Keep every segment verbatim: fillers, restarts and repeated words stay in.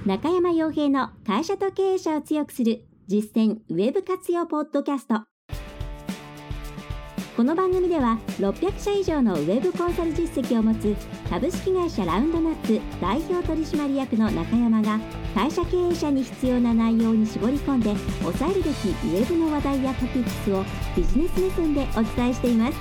中山洋平の会社と経営者を強くする実践ウェブ活用ポッドキャスト。この番組ではろっぴゃくしゃ以上のウェブコンサル実績を持つ株式会社ラウンドナップ代表取締役の中山が会社経営者に必要な内容に絞り込んで押さえるべきウェブの話題やトピックスをビジネス目線でお伝えしています。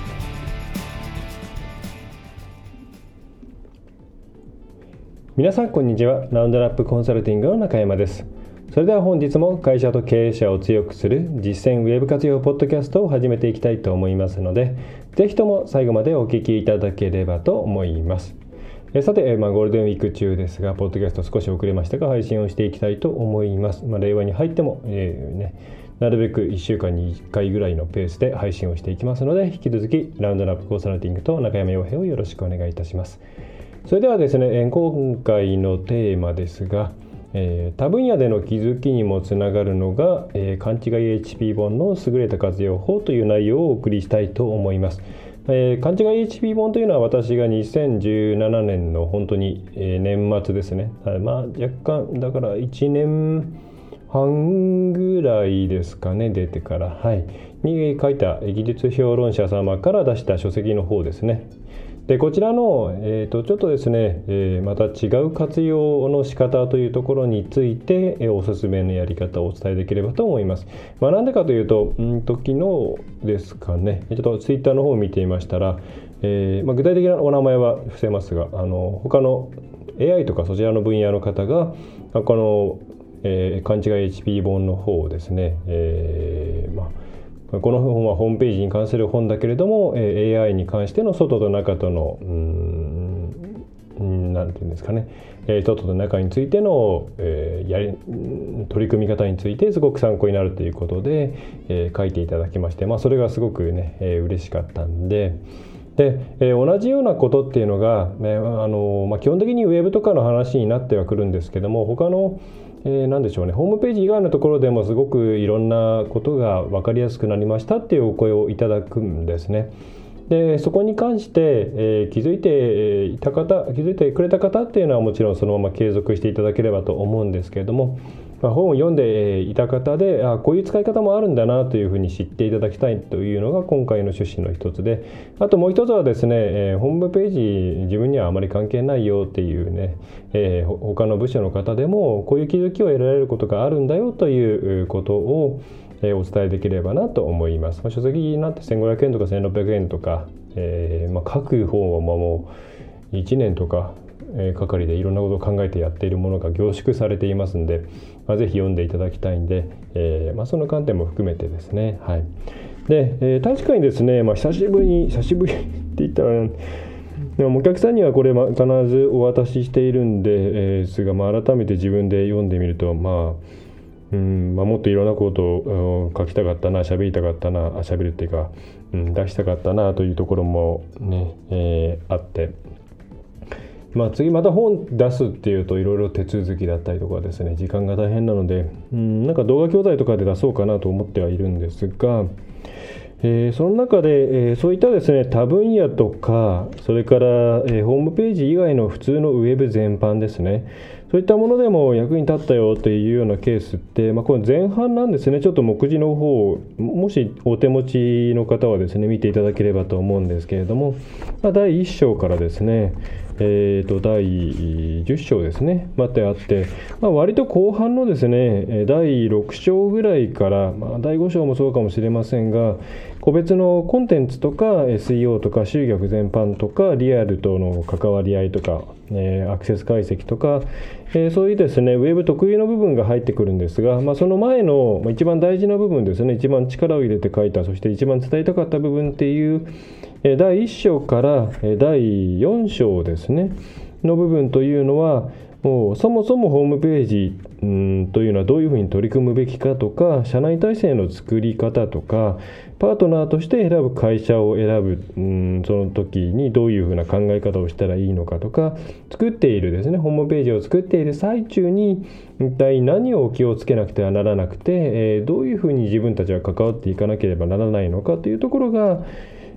皆さんこんにちは。ラウンドナップコンサルティングの中山です。それでは本日も会社と経営者を強くする実践ウェブ活用ポッドキャストを始めていきたいと思いますので、ぜひとも最後までお聞きいただければと思います。えさて、まあ、ゴールデンウィーク中ですが、ポッドキャスト少し遅れましたが配信をしていきたいと思います。まあ、令和に入っても、えーね、なるべくいっしゅうかんにいっかいぐらいのペースで配信をしていきますので、引き続きラウンドナップコンサルティングと中山洋平をよろしくお願いいたします。それではですね、今回のテーマですが、えー、他分野での気づきにもつながるのが、えー、勘違い エイチピー 本の優れた活用法という内容をお送りしたいと思います。えー、勘違い エイチピー 本というのは私がにせんじゅうななねんの本当に、えー、年末ですね、まあ、若干だからいちねんはんぐらいですかね、出てから、はい、に書いた技術評論者様から出した書籍の方ですね。でこちらの、えー、とちょっとですね、えー、また違う活用の仕方というところについて、えー、おすすめのやり方をお伝えできればと思います。まあ、なんでかというと、んと昨日ですかね、ちょっとツイッターの方を見ていましたら、えーまあ、具体的なお名前は伏せますが、あの他の エーアイ とかそちらの分野の方がこの、えー、勘違い エイチピー 本の方をですね、えーまあこの本はホームページに関する本だけれども、エーアイ に関しての外と中とのうーんなんていうんですかね、外と中についての、えー、やり取り組み方についてすごく参考になるということで、えー、書いていただきまして、まあ、それがすごくね、えー、嬉しかったんで。で、えー、同じようなことっていうのが、ねあのまあ、基本的にウェブとかの話になってはくるんですけども、他のえー、何でしょうね、ホームページ以外のところでもすごくいろんなことが分かりやすくなりましたっていうお声をいただくんですね。でそこに関して、えー、気づいていた方気づいてくれた方っていうのはもちろんそのまま継続していただければと思うんですけれども、まあ、本を読んでいた方であこういう使い方もあるんだなというふうに知っていただきたいというのが今回の趣旨の一つで、あともう一つはですね、えー、ホームページ自分にはあまり関係ないよっていうね、えー、他の部署の方でもこういう気づきを得られることがあるんだよということをお伝えできればなと思います。書籍なんてせんごひゃくえんとかせんろっぴゃくえんとか、えーまあ、書く本はもういちねんとかかかりでいろんなことを考えてやっているものが凝縮されていますので、まあ、ぜひ読んでいただきたいんで、えーまあ、その観点も含めてですね、はい、で、えー、確かにですね、まあ、久しぶりに久しぶりって言ったらでもお客さんにはこれ必ずお渡ししているんで、えー、ですが、まあ、改めて自分で読んでみると、まあうんまあ、もっといろんなことを書きたかったな、喋りたかったな、喋るっていうか、うん、出したかったなというところもね、えー、あって、まあ、次また本出すっていうといろいろ手続きだったりとかですね、時間が大変なので、うん、なんか動画教材とかで出そうかなと思ってはいるんですが、えー、その中で、えー、そういったですね他分野とか、それから、えー、ホームページ以外の普通のウェブ全般ですね、そういったものでも役に立ったよというようなケースって、まあ、これ前半なんですね。ちょっと目次の方をもしお手持ちの方はですね見ていただければと思うんですけれども、まあ、だいいっ章からですね、えー、とだいじゅっ章ですねまであって、まあ、割と後半のですねだいろく章ぐらいから、まあ、だいご章もそうかもしれませんが、個別のコンテンツとか エスイーオー とか集客全般とかリアルとの関わり合いとか、えー、アクセス解析とか、えー、そういうですねウェブ特有の部分が入ってくるんですが、まあ、その前の一番大事な部分ですね、一番力を入れて書いた、そして一番伝えたかった部分っていうだいいっ章からだいよん章ですねの部分というのは、もうそもそもホームページうんというのはどういうふうに取り組むべきかとか、社内体制の作り方とか、パートナーとして選ぶ会社を選ぶうんその時にどういうふうな考え方をしたらいいのかとか、作っているですねホームページを作っている最中に一体何を気をつけなくてはならなくて、えー、どういうふうに自分たちは関わっていかなければならないのかというところが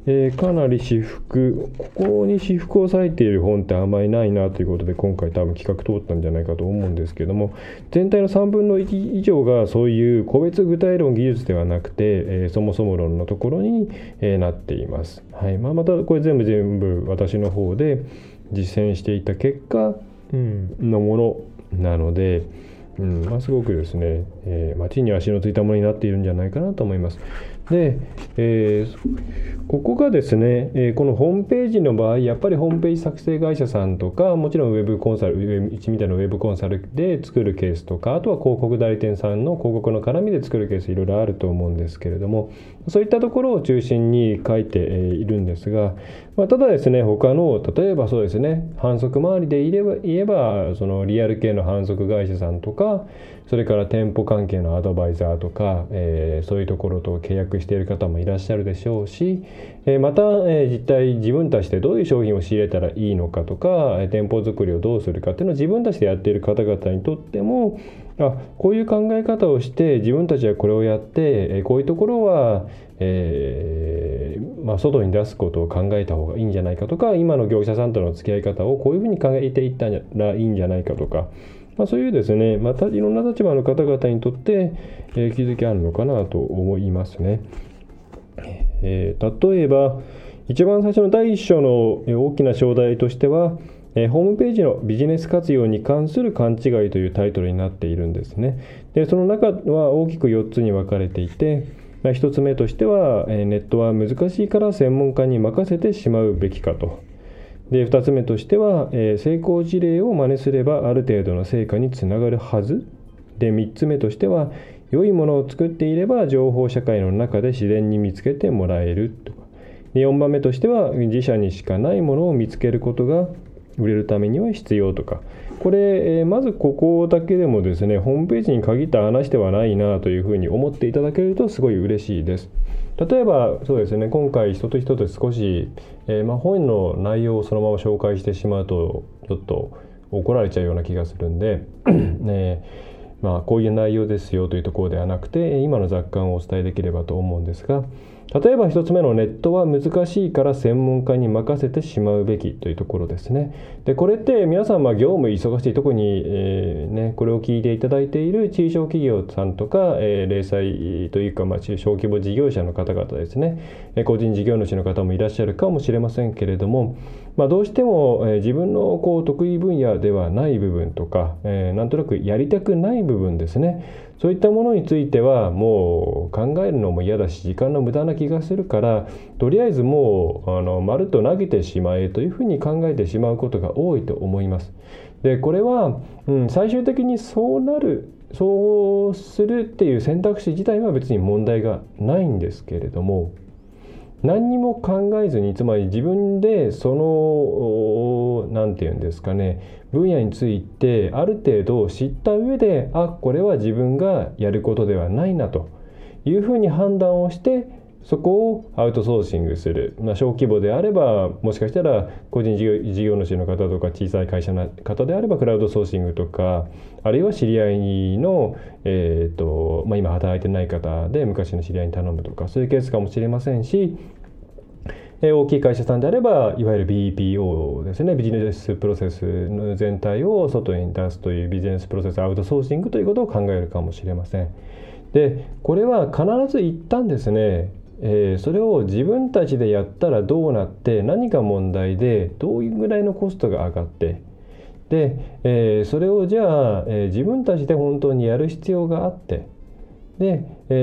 えー、かなり私服、ここに私服を割いている本ってあんまりないなということで、今回多分企画通ったんじゃないかと思うんですけども、全体のさんぶんのいち以上がそういう個別具体論技術ではなくて、えー、そもそも論のところに、えー、なっています。はい。まあ、またこれ全部全部私の方で実践していた結果、うん、のものなので、うんまあ、すごくですね、えーまあ、地に足のついたものになっているんじゃないかなと思います。で、えー、ここがですね、えー、このホームページの場合、やっぱりホームページ作成会社さんとか、もちろんウェブコンサル、うちみたいなウェブコンサルで作るケースとか、あとは広告代理店さんの広告の絡みで作るケースいろいろあると思うんですけれども、そういったところを中心に書いているんですが、まあ、ただですね、他の例えばそうですね、販促周りで言えば、言えばそのリアル系の販促会社さんとか、それから店舗関係のアドバイザーとか、えー、そういうところと契約している方もいらっしゃるでしょうし、えー、また、えー、実際自分たちでどういう商品を仕入れたらいいのかとか、店舗作りをどうするかっていうのを自分たちでやっている方々にとっても、あ、こういう考え方をして自分たちはこれをやって、えー、こういうところは、えーまあ、外に出すことを考えた方がいいんじゃないかとか、今の業者さんとの付き合い方をこういうふうに考えていったらいいんじゃないかとか、まあ、そういうですね、またいろんな立場の方々にとって、えー、気づきあるのかなと思いますね。えー、例えば一番最初の第一章の大きな章題としては、えー、ホームページのビジネス活用に関する勘違いというタイトルになっているんですね。で、その中は大きくよっつに分かれていて、まあ、ひとつめとしては、えー、ネットは難しいから専門家に任せてしまうべきかと。で、ふたつめとしては、えー、成功事例を真似すればある程度の成果につながるはず。で、みっつめとしては、良いものを作っていれば情報社会の中で自然に見つけてもらえるとか。で、よんばんめとしては、自社にしかないものを見つけることが売れるためには必要とか。これ、えー、まずここだけでもですね、ホームページに限った話ではないなというふうに思っていただけるとすごい嬉しいです。例えばそうですね、今回一つ一つ少し、えーまあ、本の内容をそのまま紹介してしまうとちょっと怒られちゃうような気がするんで、ねまあ、こういう内容ですよというところではなくて、今の雑感をお伝えできればと思うんですが、例えば一つ目のネットは難しいから専門家に任せてしまうべきというところですね。で、これって皆さん、まあ業務忙しい、特に、えーね、これを聞いていただいている中小企業さんとか、えー、零細というか、まあ、小規模事業者の方々ですね、えー、個人事業主の方もいらっしゃるかもしれませんけれども、まあ、どうしても、えー、自分のこう得意分野ではない部分とか、えー、なんとなくやりたくない部分ですね、そういったものについてはもう考えるのも嫌だし時間の無駄な気がするから、とりあえずもうあのまるっと投げてしまえというふうに考えてしまうことが多いと思います。で、これは、うん、最終的にそうなるそうするっていう選択肢自体は別に問題がないんですけれども、何にも考えずに、つまり自分でその何て言うんですかね、分野についてある程度知った上で、あ、これは自分がやることではないなというふうに判断をして、そこをアウトソーシングする、まあ、小規模であればもしかしたら個人事業、事業主の方とか小さい会社の方であればクラウドソーシングとか、あるいは知り合いの、えーとまあ、今働いてない方で昔の知り合いに頼むとか、そういうケースかもしれませんし、大きい会社さんであればいわゆる ビーピーオー ですね、ビジネスプロセスの全体を外に出すというビジネスプロセスアウトソーシングということを考えるかもしれません。で、これは必ず一旦ですね、えー、それを自分たちでやったらどうなって、何が問題でどういうぐらいのコストが上がって、で、えー、それをじゃあ、えー、自分たちで本当にやる必要があって、で、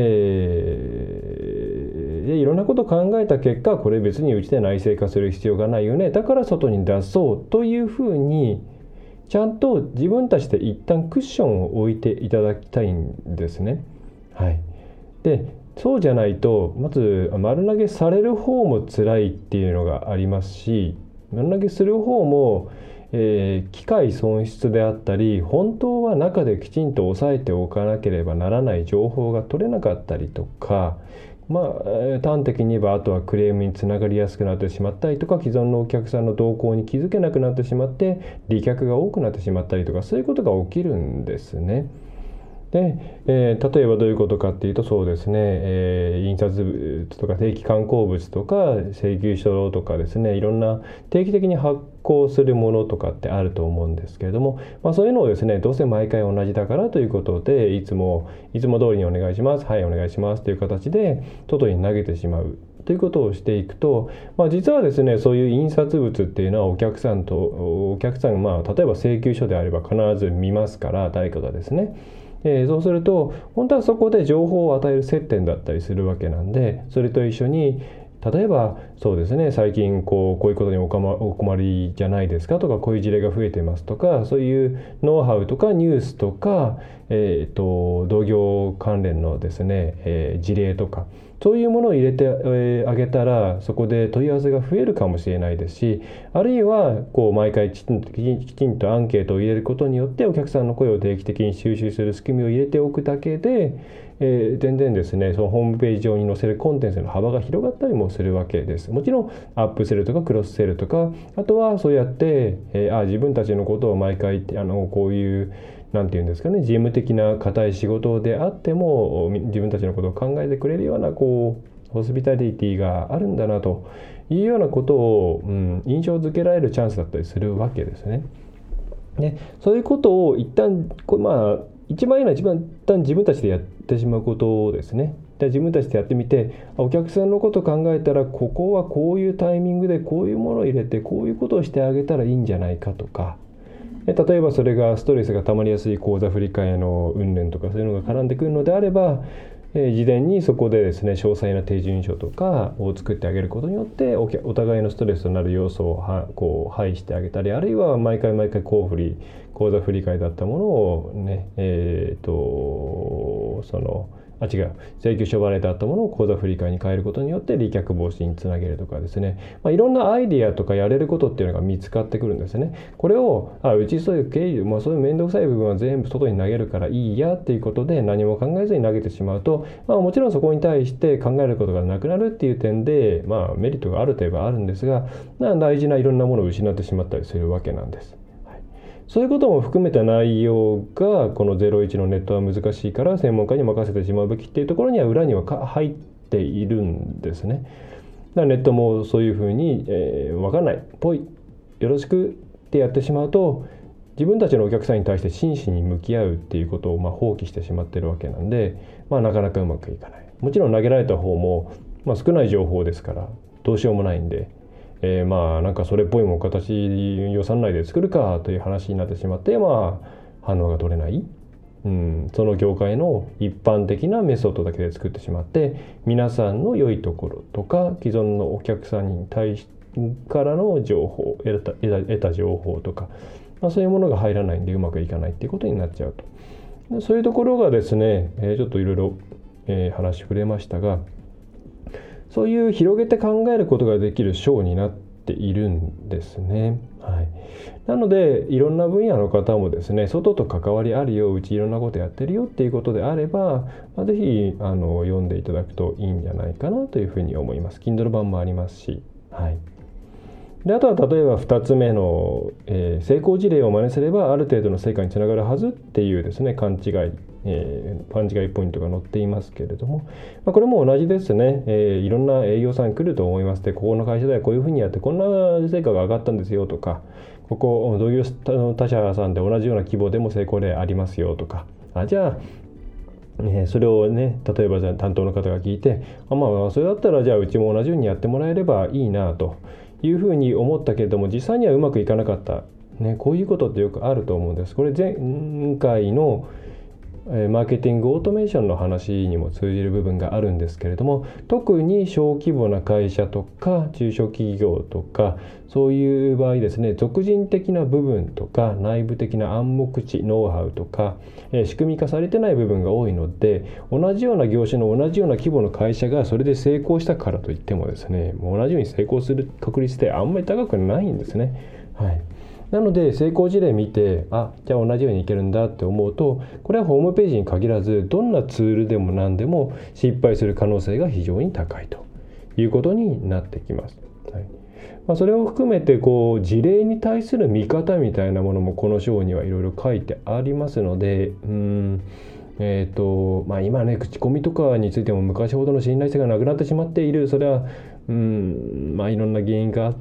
えー、でいろんなことを考えた結果、これ別にうちで内製化する必要がないよね、だから外に出そうというふうにちゃんと自分たちで一旦クッションを置いていただきたいんですね。はい。で、そうじゃないと、まず丸投げされる方も辛いっていうのがありますし、丸投げする方も、えー、機会損失であったり、本当は中できちんと押さえておかなければならない情報が取れなかったりとか、まあ、端的に言えばあとはクレームにつながりやすくなってしまったりとか、既存のお客さんの動向に気づけなくなってしまって離却が多くなってしまったりとか、そういうことが起きるんですね。 で、えー、例えばどういうことかっていうと、そうですね、えー、印刷物とか定期刊行物とか請求書とかですね、いろんな定期的に発行するものとかってあると思うんですけれども、まあ、そういうのをですね、どうせ毎回同じだからということで、いつもいつも通りにお願いします、はいお願いしますという形で外に投げてしまうということをしていくと、まあ、実はですね、そういう印刷物っていうのはお客さんとお客さん、まあ、例えば請求書であれば必ず見ますから、誰かがですね、えー、そうすると本当はそこで情報を与える接点だったりするわけなんで、それと一緒に例えばそうですね、最近こうこういうことにおか、ま、お困りじゃないですかとか、こういう事例が増えてますとか、そういうノウハウとかニュースとか、えー、と同業関連のですね、えー、事例とか、そういうものを入れてあげたら、そこで問い合わせが増えるかもしれないですし、あるいはこう毎回きちんときちんとアンケートを入れることによってお客さんの声を定期的に収集する仕組みを入れておくだけで、えー、全然ですね、そのホームページ上に載せるコンテンツの幅が広がったりもするわけです。もちろんアップセルとかクロスセルとか、あとはそうやって、えー、あ自分たちのことを毎回あのこういうなんていうんですかね、事務的な固い仕事であっても自分たちのことを考えてくれるようなこうホスピタリティがあるんだなというようなことを、うん、印象づけられるチャンスだったりするわけですね。でそういうことを一旦こまあ一番いいのは一番一旦自分たちでやってしまうことですね。で自分たちでやってみて、お客さんのことを考えたらここはこういうタイミングでこういうものを入れてこういうことをしてあげたらいいんじゃないかとか、例えばそれがストレスが溜まりやすい口座振替の云々とかそういうのが絡んでくるのであれば、えー、事前にそこでですね、詳細な手順書とかを作ってあげることによってお、お互いのストレスとなる要素をはこう排してあげたり、あるいは毎回毎回口振り口座振替だったものをね、えー、とそのあ違う請求書払いだったものを口座振替に変えることによって利却防止につなげるとかですね、まあ、いろんなアイディアとかやれることっていうのが見つかってくるんですね。これをあうちそういう経緯、まあ、そういう面倒くさい部分は全部外に投げるからいいやっていうことで何も考えずに投げてしまうと、まあ、もちろんそこに対して考えることがなくなるっていう点で、まあ、メリットがあるといえばあるんですが、大事ないろんなものを失ってしまったりするわけなんです。そういうことも含めた内容がこのゼロイチのネットは難しいから専門家に任せてしまうべきっていうところには裏には入っているんですね。だからネットもそういうふうに、えー、分かんないぽいよろしくってやってしまうと、自分たちのお客さんに対して真摯に向き合うっていうことをまあ放棄してしまってるわけなんで、まあ、なかなかうまくいかない。もちろん投げられた方も、まあ、少ない情報ですからどうしようもないんで、えー、まあなんかそれっぽいもん形予算内で作るかという話になってしまって、まあ反応が取れない、うん、その業界の一般的なメソッドだけで作ってしまって、皆さんの良いところとか既存のお客さんに対しからの情報得た、得た情報とか、まあ、そういうものが入らないんでうまくいかないっていうことになっちゃうと。そういうところがですね、えー、ちょっといろいろ話触れましたが、そういう広げて考えることができる章になっているんですね。はい、なのでいろんな分野の方もですね、外と関わりあるよ、うちいろんなことやってるよっていうことであれば、まあ、ぜひあの読んでいただくといいんじゃないかなというふうに思います。Kindle 版もありますし、はい、であとは例えばふたつめの、えー、成功事例を真似すればある程度の成果につながるはずっていうですね、勘違い、えー、勘違いポイントが載っていますけれども、まあ、これも同じですね、えー、いろんな営業さん来ると思います。でここの会社ではこういうふうにやってこんな成果が上がったんですよとか、ここ同業他社さんで同じような規模でも成功例ありますよとか、あじゃあえー、それをね、例えばじゃ担当の方が聞いて、あまあそれだったらじゃあうちも同じようにやってもらえればいいなというふうに思ったけれども、実際にはうまくいかなかった、ね、こういうことってよくあると思うんです。これ前回のマーケティングオートメーションの話にも通じる部分があるんですけれども、特に小規模な会社とか中小企業とかそういう場合ですね、属人的な部分とか内部的な暗黙知ノウハウとか、えー、仕組み化されてない部分が多いので、同じような業種の同じような規模の会社がそれで成功したからといってもですね、もう同じように成功する確率ってあんまり高くないんですね。はい、なので成功事例見て、あじゃあ同じようにいけるんだって思うと、これはホームページに限らずどんなツールでも何でも失敗する可能性が非常に高いということになってきます。はい、まあ、それを含めてこう事例に対する見方みたいなものもこの章にはいろいろ書いてありますので、うーんえーとまあ、今ね口コミとかについても昔ほどの信頼性がなくなってしまっている。それは、うんまあ、いろんな原因があって、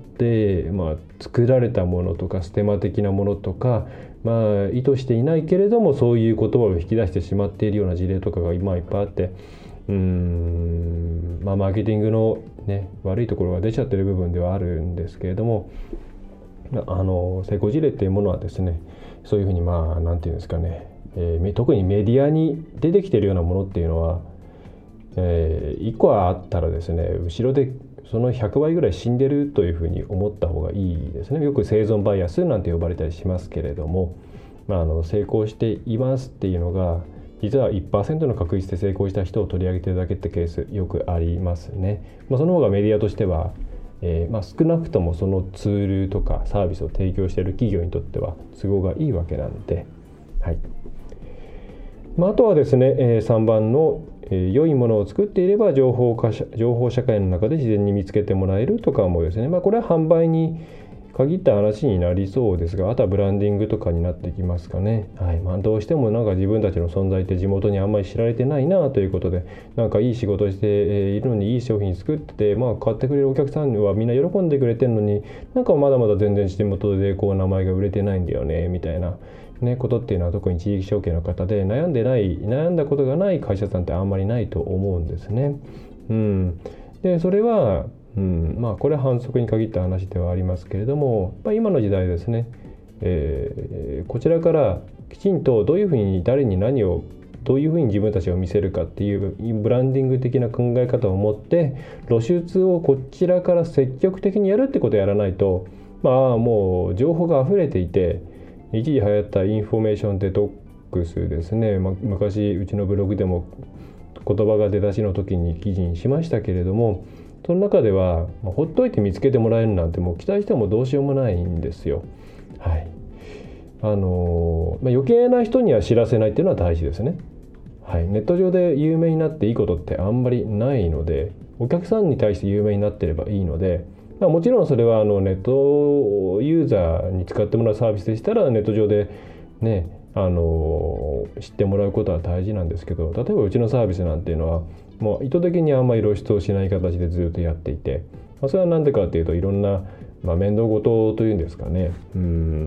まあ、作られたものとかステマ的なものとか、まあ、意図していないけれどもそういう言葉を引き出してしまっているような事例とかが今いっぱいあって、うーん、まあ、マーケティングの、ね、悪いところが出ちゃってる部分ではあるんですけれども、あの成功事例っていうものはですね、そういうふうにまあなんていうんですかね、えー、特にメディアに出てきているようなものっていうのは、えー、いっこはあったらですね、後ろでそのひゃくばいぐらい死んでるというふうに思った方がいいですね。よく生存バイアスなんて呼ばれたりしますけれども、まあ、あの成功していますっていうのが実は いちパーセント の確率で成功した人を取り上げてるだけってケースよくありますね。まあ、その方がメディアとしては、えーまあ、少なくともそのツールとかサービスを提供している企業にとっては都合がいいわけなんで、はい。まあ、あとはですね、えー、さんばんの、えー、良いものを作っていれば情報化情報社会の中で自然に見つけてもらえるとかもですね、まあ、これは販売に限った話になりそうですが、あとはブランディングとかになってきますかね。はい。まあ、どうしてもなんか自分たちの存在って地元にあんまり知られてないなということで、なんかいい仕事しているのにいい商品作ってて、まあ、買ってくれるお客さんはみんな喜んでくれてるのに、なんかまだまだ全然地元でこう名前が売れてないんだよねみたいな、ね、ことっていうのは特に地域承継の方で悩んでない悩んだことがない会社さんってあんまりないと思うんですね。うん、でそれはうんまあ、これは反則に限った話ではありますけれども、まあ、今の時代ですね、えー、こちらからきちんとどういうふうに誰に何をどういうふうに自分たちを見せるかっていうブランディング的な考え方を持って露出をこちらから積極的にやるってことをやらないと、まあもう情報が溢れていて、一時流行ったインフォメーションデトックスですね、まあ、昔うちのブログでも言葉が出だしの時に記事にしましたけれども、その中では、まあ、ほっといて見つけてもらえるなんてもう期待してもどうしようもないんですよ。はい。あのまあ、余計な人には知らせないっていうのは大事ですね。はい。ネット上で有名になっていいことってあんまりないので、お客さんに対して有名になってればいいので、まあ、もちろんそれはあのネットユーザーに使ってもらうサービスでしたらネット上でね、あの知ってもらうことは大事なんですけど、例えばうちのサービスなんていうのはもう意図的にあんまり露出をしない形でずっとやっていて、まあ、それは何でかっていうといろんな、まあ、面倒事というんですかね、うん、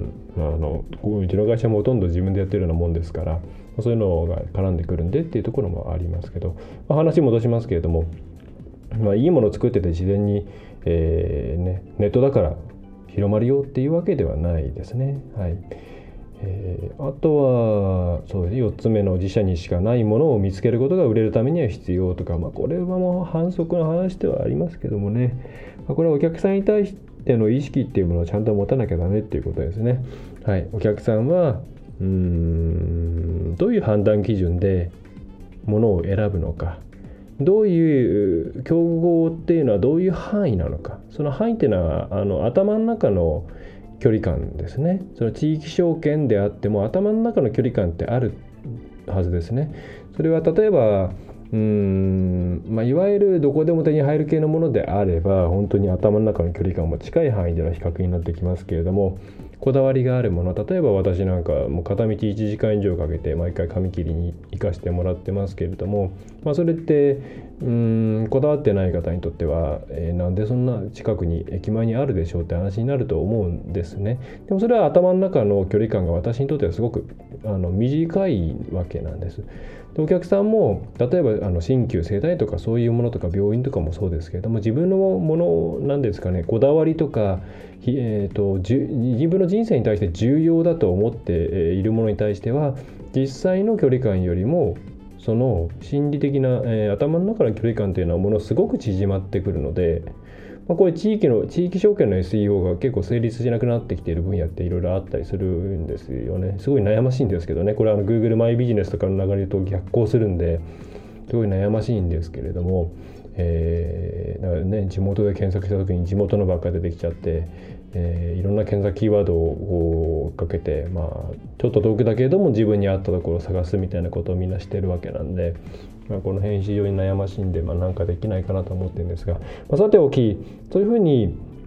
まあ、あのうちの会社もほとんど自分でやってるようなもんですから、そういうのが絡んでくるんでっていうところもありますけど、まあ、話戻しますけれども、まあ、いいものを作ってて自然に、えーね、ネットだから広まるよっていうわけではないですね。はい。えー、あとはそうですね、よっつめの自社にしかないものを見つけることが売れるためには必要とか、まあ、これはもう反則の話ではありますけどもね、まあ、これはお客さんに対しての意識っていうものをちゃんと持たなきゃダメっていうことですね。はい、お客さんはうーんどういう判断基準でものを選ぶのか、どういう競合っていうのはどういう範囲なのか、その範囲っていうのはあの頭の中の距離感ですね。その地域証券であっても頭の中の距離感ってあるはずですね。それは例えばうーん、まあ、いわゆるどこでも手に入る系のものであれば本当に頭の中の距離感も近い範囲での比較になってきますけれども、こだわりがあるもの、例えば私なんかもう片道いちじかん以上かけて毎回紙切りに行かせてもらってますけれども、まあ、それってうーんこだわってない方にとっては、えー、なんでそんな近くに駅前にあるでしょうって話になると思うんですね。でもそれは頭の中の距離感が私にとってはすごくあの短いわけなんです。でお客さんも例えばあの鍼灸整体とかそういうものとか病院とかもそうですけれども、自分のものなんですかね、こだわりとか、えー、と自分の人生に対して重要だと思っているものに対しては実際の距離感よりもその心理的な、えー、頭の中の距離感というのはものすごく縮まってくるので、まあ、これ地域の地域証券の エスイーオー が結構成立しなくなってきている分野っていろいろあったりするんですよね。すごい悩ましいんですけどね、これはあの Google マイビジネスとかの流れと逆行するんですごい悩ましいんですけれども、えーだからね、地元で検索した時に地元のばっか出てきちゃって、えー、いろんな検索キーワードをかけて、まあ、ちょっと遠くだけれども自分に合ったところを探すみたいなことをみんなしてるわけなんで、まあ、この辺非常に悩ましいんで、まあ、なんかできないかなと思ってるんですが、まあ、さておきそういうふうに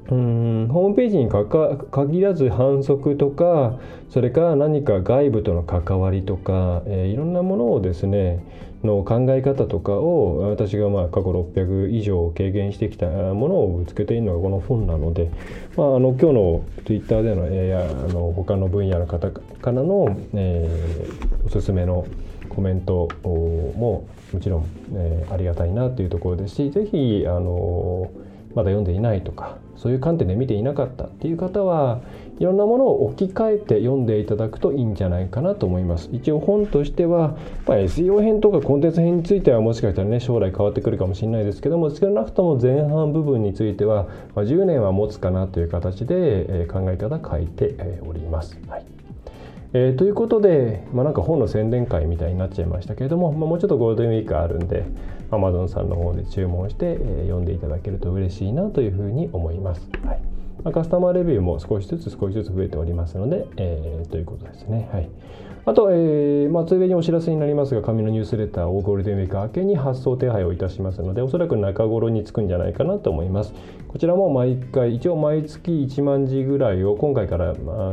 うーんホームページにかか限らず反則とか、それから何か外部との関わりとか、えー、いろんなものをですねの考え方とかを私がまあ過去ろっぴゃく以上経験してきたものをぶつけているのがこの本なので、まあ、あの今日の Twitter での、えー、あの他の分野の方からの、えー、おすすめのコメントももちろん、えー、ありがたいなというところですし、ぜひあのまだ読んでいないとかそういう観点で見ていなかったっていう方はいろんなものを置き換えて読んでいただくといいんじゃないかなと思います。一応本としては、まあ、エスイーオー 編とかコンテンツ編についてはもしかしたらね将来変わってくるかもしれないですけども、少なくとも前半部分については、まあ、じゅうねんは持つかなという形で、えー、考え方書いて、えー、おります。はいえー、ということで、まあ、なんか本の宣伝会みたいになっちゃいましたけれども、まあ、もうちょっとゴールデンウィークあるんで Amazon さんの方で注文して、えー、読んでいただけると嬉しいなというふうに思います。はいまあ、カスタマーレビューも少しずつ少しずつ増えておりますので、えー、ということですね。はいあと、えーまあ、ついでにお知らせになりますが、紙のニュースレターをゴールデンウィーク明けに発送手配をいたしますので、おそらく中頃につくんじゃないかなと思います。こちらも毎回、一応毎月いちまんじぐらいを今回から、まあ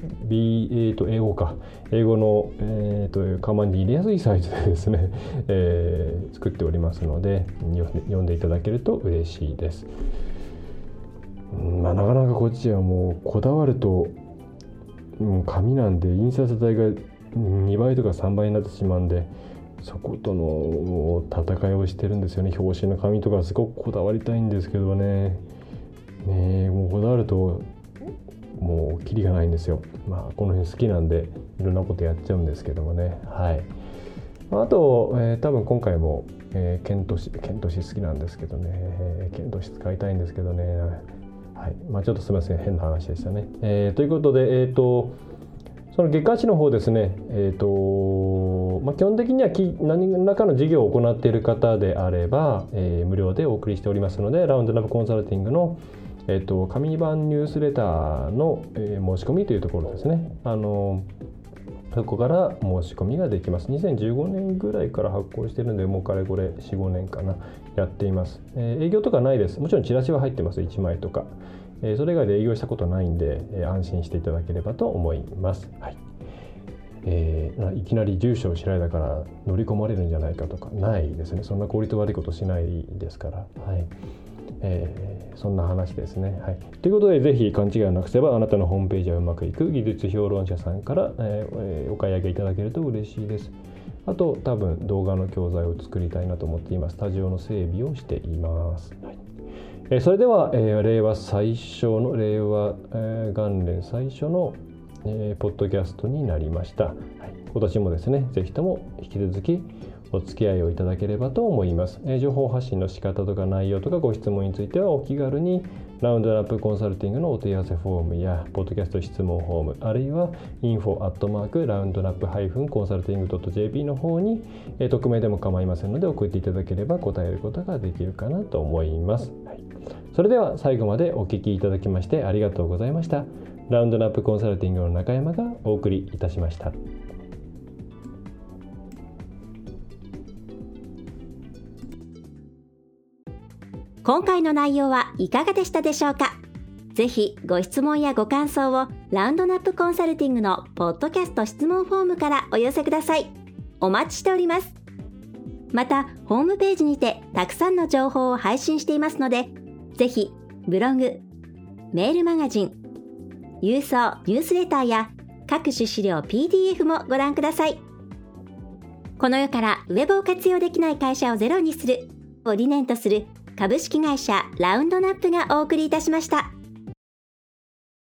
B えー、と英語か、英語の、えー、とカバンに入れやすいサイズでですね、えー、作っておりますので、読んでいただけると嬉しいです。まあ、なかなかこっちはもうこだわると、もう紙なんで印刷代がにばいとかさんばいになってしまうんで、そことの戦いをしてるんですよね。表紙の紙とかすごくこだわりたいんですけどね。ねえもうこだわるともうキリがないんですよ。まあこの辺好きなんでいろんなことやっちゃうんですけどもね。はい。あと、えー、多分今回も、えー、ケントシケントシ好きなんですけどね、えー、ケントシ使いたいんですけどね。はいまあ、ちょっとすみません変な話でしたね。えー、ということで、えーとその月刊誌の方ですね、えーとまあ、基本的には何らかの事業を行っている方であれば、えー、無料でお送りしておりますので、ラウンドナップコンサルティングの、えーと紙版ニュースレターの、えー、申し込みというところですね。あのそこから申し込みができます。にせんじゅうごねんぐらいから発行してるんで、もうかれこれ よん、ごねんかなやっています。えー、営業とかないです。もちろんチラシは入ってます。いちまいとか。えー、それ以外で営業したことないんで、えー、安心していただければと思います。はいえー、いきなり住所を知られたから乗り込まれるんじゃないかとかないですね。そんな効率悪いことしないですから。はいえー、そんな話ですね。はい、ということで、ぜひ勘違いをなくせばあなたのホームページはうまくいく技術評論者さんから、えー、お買い上げいただけると嬉しいです。あと多分動画の教材を作りたいなと思って今スタジオの整備をしています。はいえー、それでは、えー、令和最初の令和、えー、元年最初の、えー、ポッドキャストになりました。はい、今年もですねぜひとも引き続きお付き合いをいただければと思います。えー、情報発信の仕方とか内容とかご質問についてはお気軽にラウンドナップコンサルティングのお問い合わせフォームやポッドキャスト質問フォーム、あるいは インフォ アットマーク ラウンドナップ コンサルティング ドット ジェーピー の方に、えー、匿名でも構いませんので送っていただければ答えることができるかなと思います。はい、それでは最後までお聞きいただきましてありがとうございました。ラウンドナップコンサルティングの中山がお送りいたしました。 今回の内容はいかがでしたでしょうか。ぜひご質問やご感想をラウンドナップコンサルティングのポッドキャスト質問フォームからお寄せください。お待ちしております。またホームページにてたくさんの情報を配信していますので、ぜひブログ、メールマガジン、郵送ニュースレターや各種資料 ピーディーエフ もご覧ください。この世からウェブを活用できない会社をゼロにするを理念とする株式会社ラウンドナップがお送りいたしました。